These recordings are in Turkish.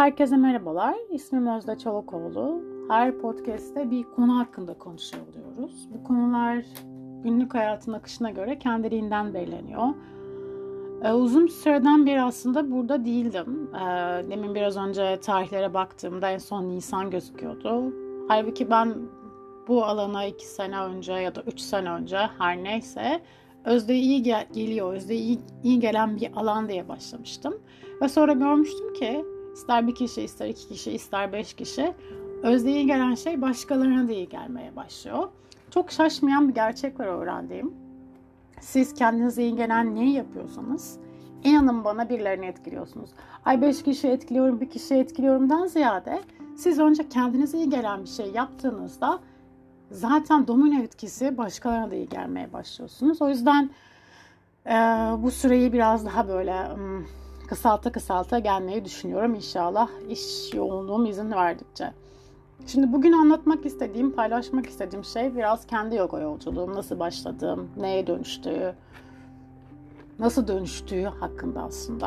Herkese merhabalar. İsmim Özde Çolakoğlu. Her podcast'te bir konu hakkında konuşuyor oluyoruz. Bu konular günlük hayatın akışına göre kendiliğinden belirleniyor. Uzun süreden beri aslında burada değildim. Demin biraz önce tarihlere baktığımda en son Nisan gözüküyordu. Halbuki ben bu alana 2 sene önce ya da 3 sene önce her neyse Özde iyi geliyor, Özde iyi gelen bir alan diye başlamıştım. Ve sonra görmüştüm ki ister bir kişi, ister 2 kişi, ister 5 kişi Özde iyi gelen şey başkalarına da iyi gelmeye başlıyor. Çok şaşmayan bir gerçek var öğrendiğim. Siz kendinize iyi gelen neyi yapıyorsanız inanın bana birilerini etkiliyorsunuz. 5 kişi etkiliyorum, bir kişi etkiliyorumdan ziyade siz önce kendinize iyi gelen bir şey yaptığınızda zaten domino etkisi başkalarına da iyi gelmeye başlıyorsunuz. O yüzden bu süreyi biraz daha böyle kısalta gelmeyi düşünüyorum inşallah iş yoğunluğum izin verdikçe. Şimdi bugün anlatmak istediğim, paylaşmak istediğim şey biraz kendi yoga yolculuğum, nasıl başladığım, neye dönüştüğü, nasıl dönüştüğü hakkında aslında.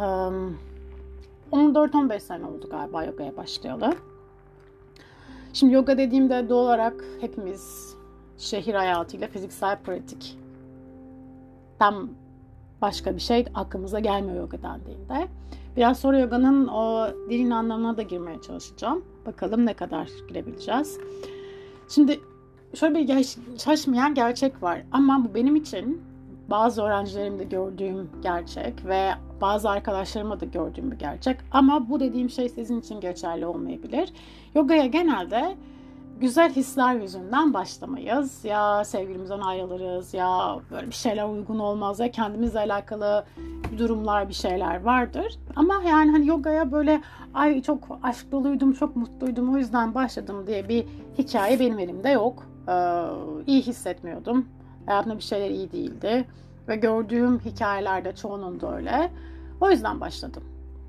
14-15 sene oldu galiba yogaya başlayalı. Şimdi yoga dediğimde doğal olarak hepimiz şehir hayatıyla fiziksel pratik tam başka bir şey aklımıza gelmiyor yoga dendiğinde. Biraz sonra yoganın o derin anlamına da girmeye çalışacağım. Bakalım ne kadar girebileceğiz. Şimdi şöyle bir şaşmayan gerçek var. Ama bu benim için bazı öğrencilerimde gördüğüm gerçek ve bazı arkadaşlarıma da gördüğüm bir gerçek. Ama bu dediğim şey sizin için geçerli olmayabilir. Yogaya genelde güzel hisler yüzünden başlamayız. Ya sevgilimizden ayrılırız ya böyle bir şeyler uygun olmaz ya kendimizle alakalı bir durumlar bir şeyler vardır. Ama yani hani yogaya böyle çok aşk doluydum, çok mutluydum o yüzden başladım diye bir hikaye benim elimde yok. İyi hissetmiyordum. Hayatımda bir şeyler iyi değildi. Ve gördüğüm hikayelerde çoğunun da öyle. O yüzden başladım.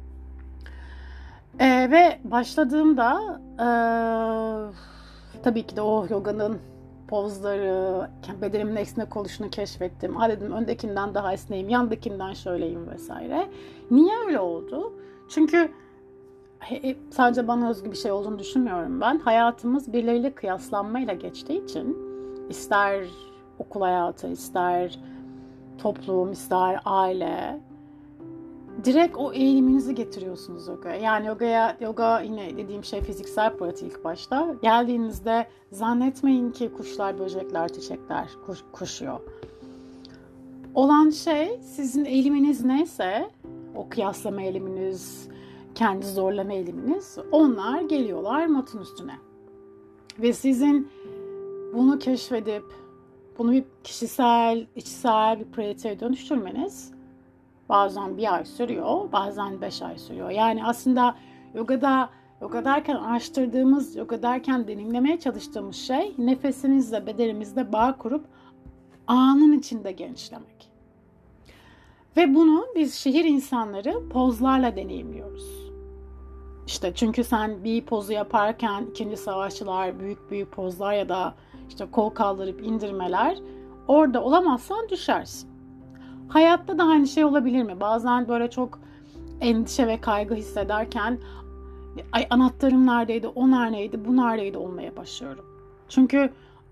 Ve başladığımda tabii ki de o yoganın pozları, bedenimin esnek oluşunu keşfettim. Dedim öndekinden daha esneyim, yandakinden şöyleyim vesaire. Niye öyle oldu? Çünkü sadece bana özgü bir şey olduğunu düşünmüyorum ben. Hayatımız birileriyle kıyaslanmayla geçtiği için ister okul hayatı, ister toplum, ister aile direkt o eğiliminizi getiriyorsunuz yogaya. Yani yoga yine dediğim şey fiziksel pratik ilk başta. Geldiğinizde zannetmeyin ki kuşlar, böcekler, çiçekler koşuyor. Olan şey sizin eğiliminiz neyse, o kıyaslama eğiliminiz, kendi zorlama eğiliminiz, onlar geliyorlar matın üstüne. Ve sizin bunu keşfedip bunu bir kişisel, içsel bir pratiğe dönüştürmeniz bazen 1 ay sürüyor, bazen 5 ay sürüyor. Yani aslında yoga derken araştırdığımız, yoga derken deneyimlemeye çalıştığımız şey nefesimizle, bedenimizle bağ kurup anın içinde genişlemek. Ve bunu biz şehir insanları pozlarla deneyimliyoruz. İşte çünkü sen bir pozu yaparken ikinci savaşçılar, büyük pozlar ya da işte kol kaldırıp indirmeler orada olamazsan düşersin. Hayatta da aynı şey olabilir mi? Bazen böyle çok endişe ve kaygı hissederken anahtarım neredeydi, o neredeydi, bu neredeydi olmaya başlıyorum. Çünkü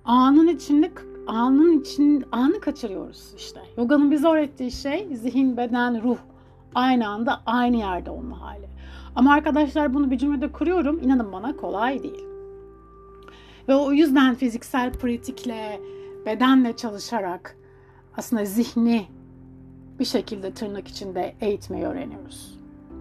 anı kaçırıyoruz işte. Yoganın bize öğrettiği şey zihin, beden, ruh aynı anda aynı yerde olma hali. Ama arkadaşlar bunu bir cümlede kuruyorum. İnanın bana kolay değil. Ve o yüzden fiziksel pratikle, bedenle çalışarak aslında zihni bir şekilde tırnak içinde eğitmeyi öğreniyoruz.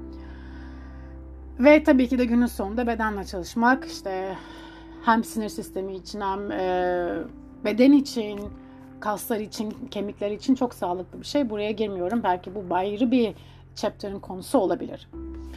Ve tabii ki de günün sonunda bedenle çalışmak işte hem sinir sistemi için hem beden için, kaslar için, kemikler için çok sağlıklı bir şey. Buraya girmiyorum. Belki bu ayrı bir chapter'ın konusu olabilir.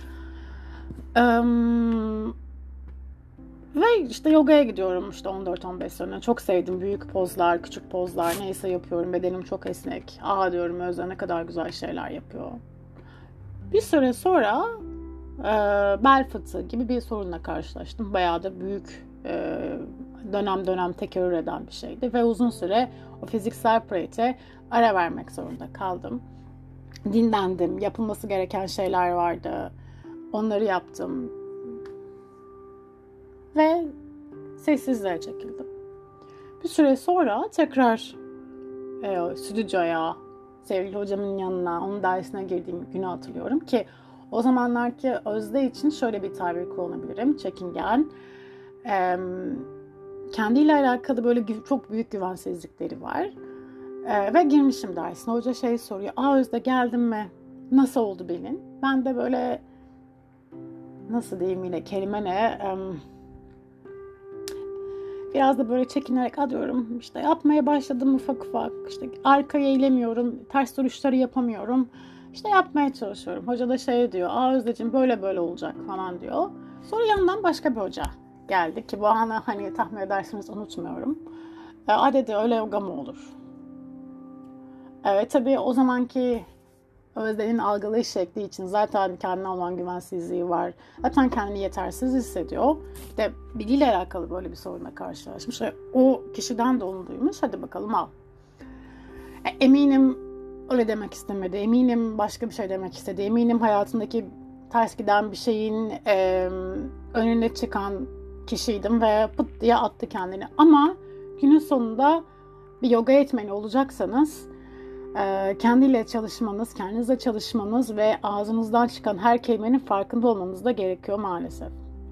Ve işte yogaya gidiyorum işte 14-15 sene. Çok sevdim. Büyük pozlar, küçük pozlar neyse yapıyorum. Bedenim çok esnek. Diyorum Özde ne kadar güzel şeyler yapıyor. Bir süre sonra bel fıtığı gibi bir sorunla karşılaştım. Bayağı da büyük dönem tekerrür eden bir şeydi. Ve uzun süre o fiziksel pratiğe ara vermek zorunda kaldım. Dinlendim. Yapılması gereken şeyler vardı. Onları yaptım. Ve sessizliğe çekildim. Bir süre sonra tekrar stüdyoya, sevgili hocamın yanına, onun dersine girdiğim günü hatırlıyorum ki o zamanlarki Özde için şöyle bir tabir kullanabilirim. Çekingen. Kendiyle alakalı böyle çok büyük güvensizlikleri var. Ve girmişim dersine. Hoca soruyor. Özde geldin mi? Nasıl oldu belin? Ben de böyle nasıl diyeyim yine kelime ne? Biraz da böyle çekinerek adıyorum. İşte yapmaya başladım ufak ufak. İşte arkaya eğilemiyorum. Ters duruşları yapamıyorum. İşte yapmaya çalışıyorum. Hoca da diyor. Özdeciğim böyle böyle olacak falan diyor. Sonra yanından başka bir hoca geldi ki bu anı hani tahmin edersiniz unutmuyorum. Dedi öyle yoga mı olur? Evet tabii o zamanki Özde'nin algılayış şekli için zaten kendine olan güvensizliği var. Zaten kendini yetersiz hissediyor. İşte bilgiyle alakalı böyle bir sorunla karşılaşmış. O kişiden de onu duymuş. Hadi bakalım al. Eminim öyle demek istemedi. Eminim başka bir şey demek istedi. Eminim hayatındaki ters giden bir şeyin önüne çıkan kişiydim ve pıt diye attı kendini. Ama günün sonunda bir yoga eğitmeni olacaksanız kendiyle çalışmanız, kendinizle çalışmanız ve ağzınızdan çıkan her kelimenin farkında olmanız da gerekiyor maalesef.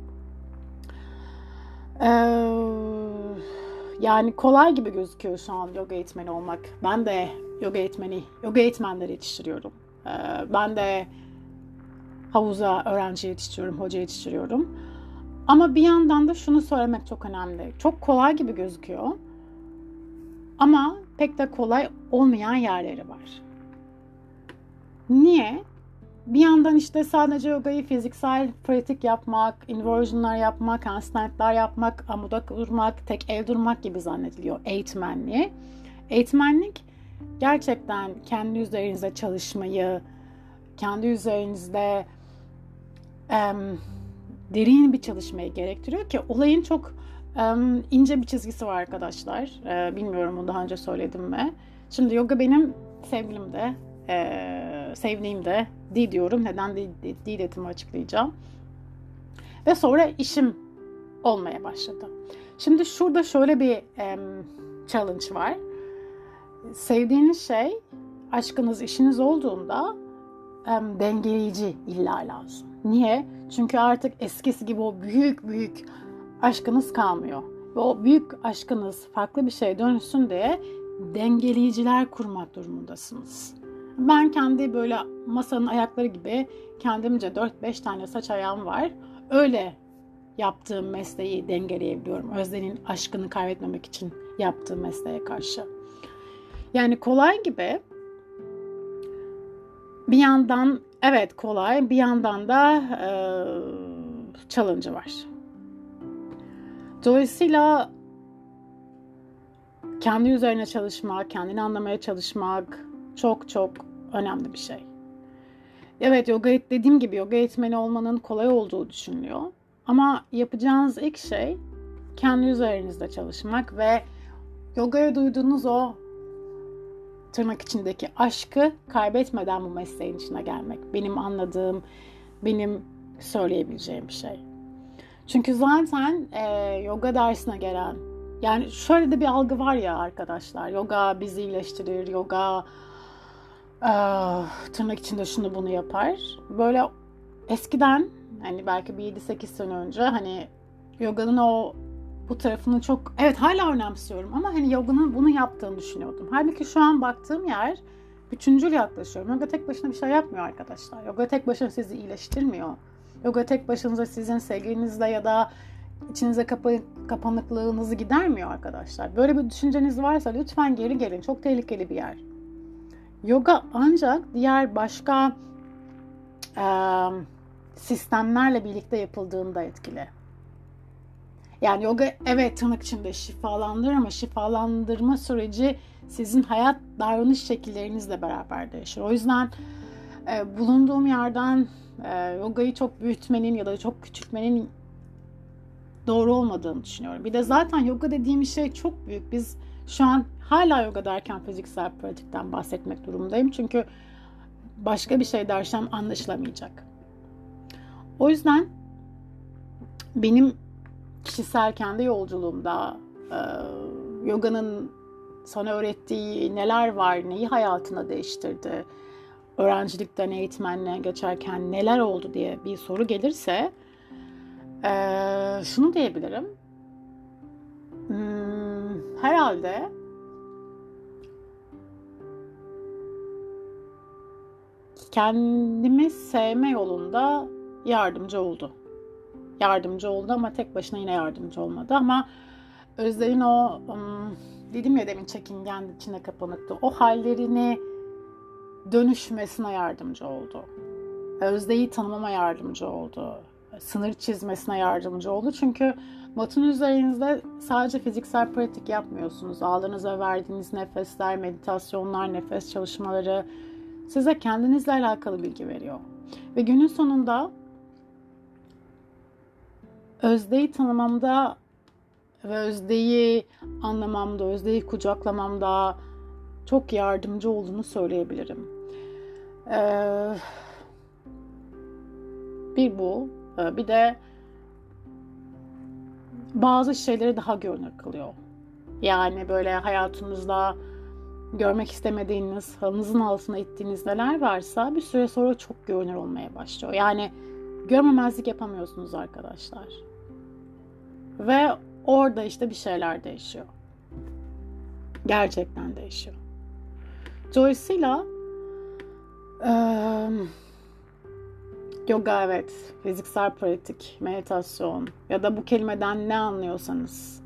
Yani kolay gibi gözüküyor şu an yoga eğitmeni olmak. Ben de yoga eğitmenleri yetiştiriyorum. Ben de havuza öğrenci yetiştiriyorum, hoca yetiştiriyorum. Ama bir yandan da şunu söylemek çok önemli. Çok kolay gibi gözüküyor. Ama pek de kolay olmayan yerleri var. Niye? Bir yandan işte sadece yogayı fiziksel pratik yapmak, inversionlar yapmak, handstandler yapmak, amuda durmak, tek el durmak gibi zannediliyor eğitmenliği. Eğitmenlik gerçekten kendi üzerinizde çalışmayı, kendi üzerinizde derin bir çalışmayı gerektiriyor ki olayın çok ince bir çizgisi var arkadaşlar. Bilmiyorum bunu daha önce söyledim mi? Şimdi yoga benim sevgilim de, sevdiğim de, diyorum. Neden dediğimi açıklayacağım. Ve sonra işim olmaya başladı. Şimdi şurada şöyle bir challenge var. Sevdiğiniz şey, aşkınız, işiniz olduğunda dengeleyici illa lazım. Niye? Çünkü artık eskisi gibi o büyük aşkınız kalmıyor. Ve o büyük aşkınız farklı bir şeye dönüşsün diye dengeleyiciler kurmak durumundasınız. Ben kendi böyle masanın ayakları gibi kendimce 4-5 tane saç ayağım var. Öyle yaptığım mesleği dengeleyebiliyorum. Özde'nin aşkını kaybetmemek için yaptığım mesleğe karşı. Yani kolay gibi bir yandan evet kolay, bir yandan da challenge'ı var. Dolayısıyla kendi üzerine çalışmak, kendini anlamaya çalışmak çok çok önemli bir şey. Evet dediğim gibi yoga eğitmeni olmanın kolay olduğu düşünülüyor. Ama yapacağınız ilk şey kendi üzerinizde çalışmak ve yogaya duyduğunuz o tırnak içindeki aşkı kaybetmeden bu mesleğin içine gelmek. Benim anladığım, benim söyleyebileceğim bir şey. Çünkü zaten yoga dersine gelen, yani şöyle de bir algı var ya arkadaşlar. Yoga bizi iyileştirir, yoga tırnak içinde şunu bunu yapar. Böyle eskiden hani belki bir 7-8 sene önce hani yoganın bu tarafını çok evet hala önemsiyorum ama hani yoganın bunu yaptığını düşünüyordum. Halbuki şu an baktığım yer bütüncül yaklaşıyorum. Yoga tek başına bir şey yapmıyor arkadaşlar. Yoga tek başına sizi iyileştirmiyor. Yoga tek başınıza sizin sevginizle ya da içinize kapanıklığınızı gidermiyor arkadaşlar. Böyle bir düşünceniz varsa lütfen geri gelin. Çok tehlikeli bir yer. Yoga ancak diğer başka sistemlerle birlikte yapıldığında etkili. Yani yoga evet tırnak içinde şifalandırır ama şifalandırma süreci sizin hayat davranış şekillerinizle beraber değişir. O yüzden bulunduğum yerden yogayı çok büyütmenin ya da çok küçültmenin doğru olmadığını düşünüyorum. Bir de zaten yoga dediğim şey çok büyük. Biz şu an hala yoga derken fiziksel pratikten bahsetmek durumundayım. Çünkü başka bir şey dersem anlaşılamayacak. O yüzden benim kişisel kendi yolculuğumda yoga'nın sana öğrettiği neler var, neyi hayatına değiştirdi, öğrencilikten eğitmenliğe geçerken neler oldu diye bir soru gelirse şunu diyebilirim. Herhalde kendimi sevme yolunda yardımcı oldu. Yardımcı oldu ama tek başına yine yardımcı olmadı. Ama Özde'nin o dedim ya demin çekingen, içine kapanıktı. O hallerini dönüşmesine yardımcı oldu. Özde'yi tanımama yardımcı oldu. Sınır çizmesine yardımcı oldu. Çünkü matın üzerinizde sadece fiziksel pratik yapmıyorsunuz. Ağlarınıza verdiğiniz nefesler, meditasyonlar, nefes çalışmaları size kendinizle alakalı bilgi veriyor. Ve günün sonunda Özde'yi tanımamda ve Özde'yi anlamamda, Özde'yi kucaklamamda çok yardımcı olduğunu söyleyebilirim. Bir bu, bir de bazı şeyleri daha görünür kılıyor. Yani böyle hayatınızda görmek istemediğiniz, halınızın altına ittiğiniz neler varsa bir süre sonra çok görünür olmaya başlıyor. Yani görmemezlik yapamıyorsunuz arkadaşlar. Ve orada işte bir şeyler değişiyor. Gerçekten değişiyor. Dolayısıyla yoga evet, fiziksel pratik, meditasyon ya da bu kelimeden ne anlıyorsanız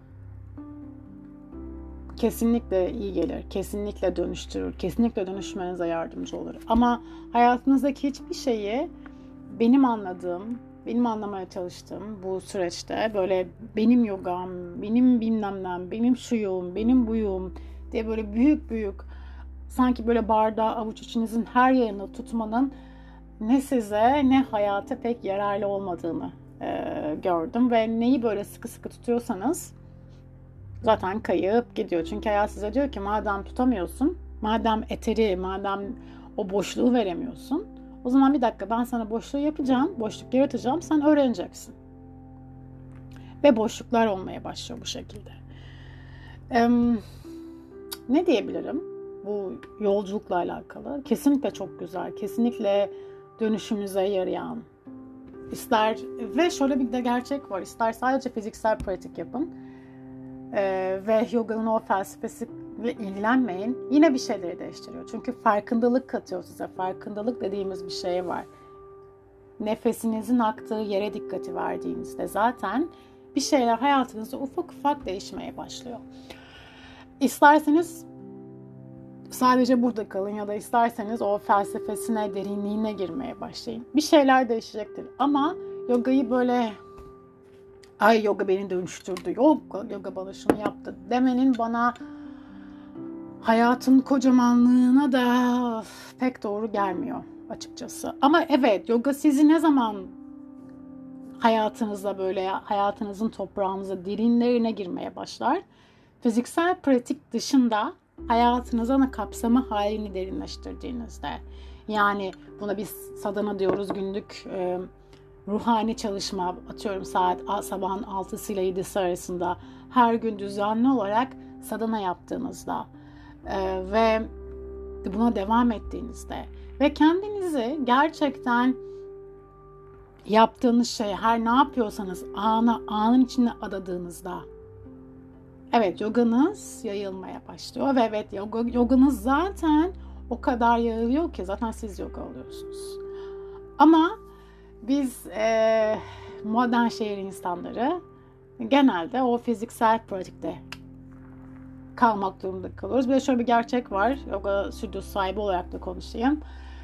kesinlikle iyi gelir, kesinlikle dönüştürür, kesinlikle dönüşmenize yardımcı olur. Ama hayatınızdaki hiçbir şeyi benim anladığım, benim anlamaya çalıştığım bu süreçte böyle benim yogam, benim bilmem benim şuyum, benim buyum diye böyle büyük büyük sanki böyle bardağı avuç içinizin her yerine tutmanın ne size ne hayata pek yararlı olmadığını gördüm. Ve neyi böyle sıkı sıkı tutuyorsanız zaten kayıp gidiyor. Çünkü hayat size diyor ki madem tutamıyorsun, madem eteri, madem o boşluğu veremiyorsun, o zaman bir dakika ben sana boşluğu yapacağım, boşluk yaratacağım, sen öğreneceksin. Ve boşluklar olmaya başlıyor bu şekilde. Ne diyebilirim bu yolculukla alakalı? Kesinlikle çok güzel, kesinlikle dönüşümüze yarayan. İster ve şöyle bir de gerçek var, ister sadece fiziksel pratik yapın ve yoganın o felsefesiyle ilgilenmeyin, yine bir şeyleri değiştiriyor. Çünkü farkındalık katıyor size. Farkındalık dediğimiz bir şey var. Nefesinizin aktığı yere dikkati verdiğinizde zaten bir şeyler hayatınızda ufak ufak değişmeye başlıyor. İsterseniz sadece burada kalın ya da isterseniz o felsefesine, derinliğine girmeye başlayın. Bir şeyler değişecektir. Ama yogayı böyle ay yoga beni dönüştürdü, yoga bana şunu yaptı demenin bana hayatın kocamanlığına da pek doğru gelmiyor açıkçası. Ama evet, yoga sizi ne zaman hayatınızda böyle hayatınızın toprağınıza derinlerine girmeye başlar? Fiziksel pratik dışında hayatınıza kapsama halini derinleştirdiğinizde. Yani buna biz sadhana diyoruz, günlük ruhani çalışma, atıyorum sabahın 6'sı ile 7'si arasında her gün düzenli olarak sadhana yaptığınızda ve buna devam ettiğinizde ve kendinizi gerçekten yaptığınız şey, her ne yapıyorsanız anın içine adadığınızda evet yoganız yayılmaya başlıyor ve evet yoganız zaten o kadar yayılıyor ki zaten siz yoga oluyorsunuz. Ama biz modern şehir insanları genelde o fiziksel pratikte kalmak durumunda kalıyoruz. Bir de şöyle bir gerçek var. Yoga stüdyosu sahibi olarak da konuşayım.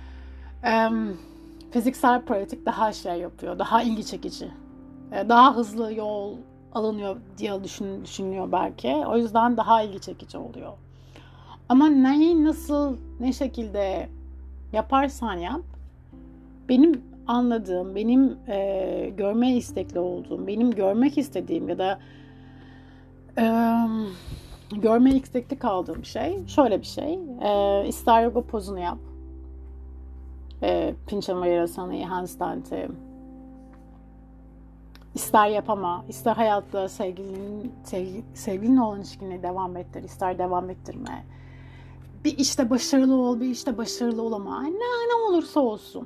Fiziksel pratik daha şey yapıyor. Daha ilgi çekici. Daha hızlı yol alınıyor diye düşünülüyor belki. O yüzden daha ilgi çekici oluyor. Ama neyi nasıl, ne şekilde yaparsan yap, benim anladığım, benim görmeye istekli olduğum, benim görmek istediğim ya da görmeye istekli kaldığım şey şöyle bir şey. İster yoga pozunu yap, Pincha Mayurasana, handstand'i, İster yapama, ister hayatta sevgilin olan ilişkini devam ettir, ister devam ettirme. Bir işte başarılı ol, bir işte başarılı olama. Ne olursa olsun.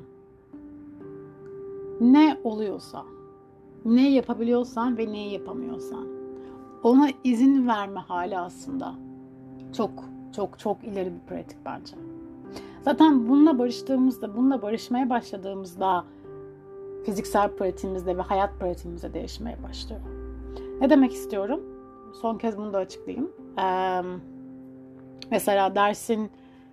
Ne oluyorsa, ne yapabiliyorsan ve neyi yapamıyorsan. Ona izin verme hali aslında çok çok çok ileri bir pratik bence. Zaten bununla barıştığımızda, bununla barışmaya başladığımızda fiziksel pratiğimizde ve hayat pratiğimizde değişmeye başlıyor. Ne demek istiyorum? Son kez bunu da açıklayayım. Mesela dersin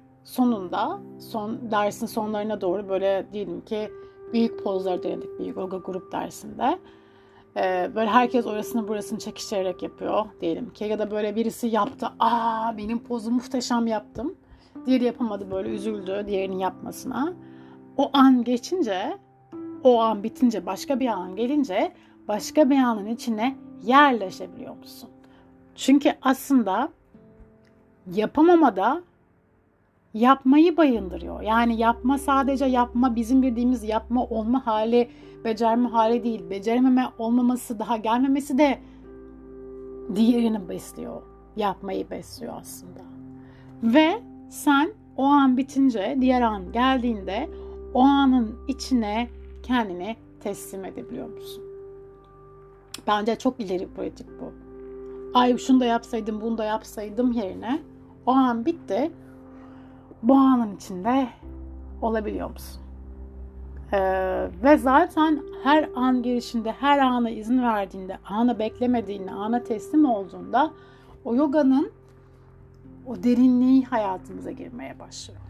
sonlarına doğru böyle diyelim ki büyük pozlar denedik bir yoga grup dersinde. Böyle herkes orasını burasını çekiştirerek yapıyor diyelim ki. Ya da böyle birisi yaptı. Benim pozu muhteşem yaptım. Diğeri yapamadı, böyle üzüldü diğerinin yapmasına. O an geçince, o an bitince, başka bir an gelince başka bir anın içine yerleşebiliyor musun? Çünkü aslında yapamamada yapmayı bayındırıyor. Yani yapma sadece yapma, bizim bildiğimiz yapma olma hali, becerme hali değil. Becerememe olmaması, daha gelmemesi de diğerini besliyor. Yapmayı besliyor aslında. Ve sen o an bitince, diğer an geldiğinde o anın içine kendini teslim edebiliyor musun? Bence çok ileri pratik bu. Şunu da yapsaydım, bunu da yapsaydım yerine o an bitti. Bu anın içinde olabiliyor musun? Ve zaten her an gelişinde, her ana izin verdiğinde, ana beklemediğinde, ana teslim olduğunda o yoganın o derinliği hayatımıza girmeye başlıyor.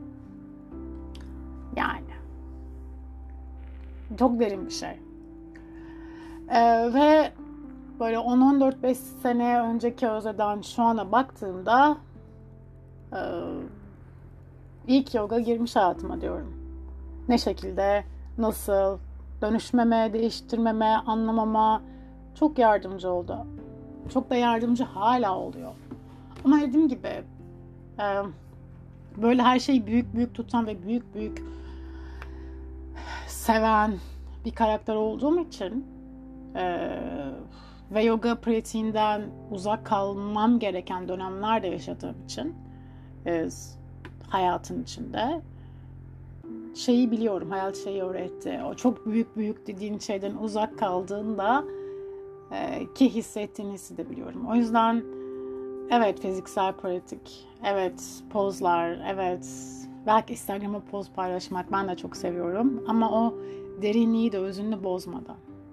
Yani çok derin bir şey. Ve böyle 10-14-5 sene önceki Özde'den şu ana baktığımda ilk yoga girmiş hayatıma diyorum. Ne şekilde, nasıl, dönüşmeme, değiştirmeme, anlamama çok yardımcı oldu. Çok da yardımcı hala oluyor. Ama dediğim gibi böyle her şeyi büyük büyük tutan ve büyük büyük seven bir karakter olduğum için ve yoga pratiğinden uzak kalmam gereken dönemlerde yaşadığım için hayatın içinde şeyi biliyorum, hayat şeyi öğretti. O çok büyük dediğin şeyden uzak kaldığında ki hissettiğin hissi de biliyorum. O yüzden evet fiziksel pratik, evet pozlar, evet belki Instagram'a poz paylaşmak ben de çok seviyorum. Ama o derinliği de özünü bozmadan.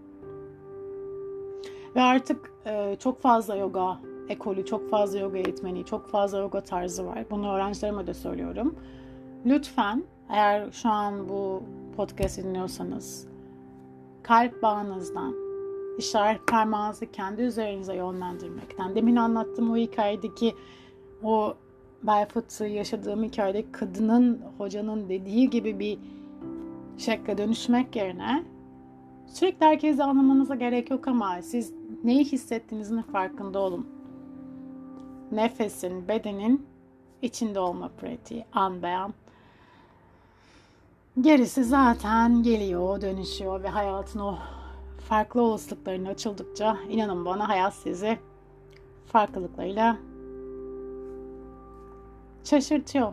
Ve artık çok fazla yoga ekolü, çok fazla yoga eğitmeni, çok fazla yoga tarzı var. Bunu öğrencilerime de söylüyorum. Lütfen eğer şu an bu podcast dinliyorsanız kalp bağınızdan işaret parmağınızı kendi üzerinize yönlendirmekten, demin anlattığım o hikayedeki o bel fıtığı yaşadığım hikayedeki kadının, hocanın dediği gibi bir şekle dönüşmek yerine sürekli herkese anlamanıza gerek yok ama siz neyi hissettiğinizin farkında olun. Nefesin, bedenin içinde olma pratiği, an be an. Gerisi zaten geliyor, dönüşüyor ve hayatın o farklı olasılıklarına açıldıkça inanın bana hayat sizi farklılıklarıyla şaşırtıyor.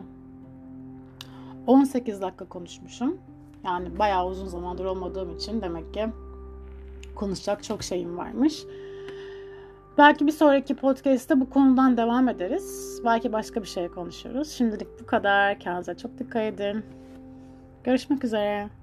18 dakika konuşmuşum. Yani bayağı uzun zamandır olmadığım için demek ki konuşacak çok şeyim varmış. Belki bir sonraki podcast'te bu konudan devam ederiz. Belki başka bir şey konuşuruz. Şimdilik bu kadar. Kendinize çok dikkat edin. Görüşmek üzere.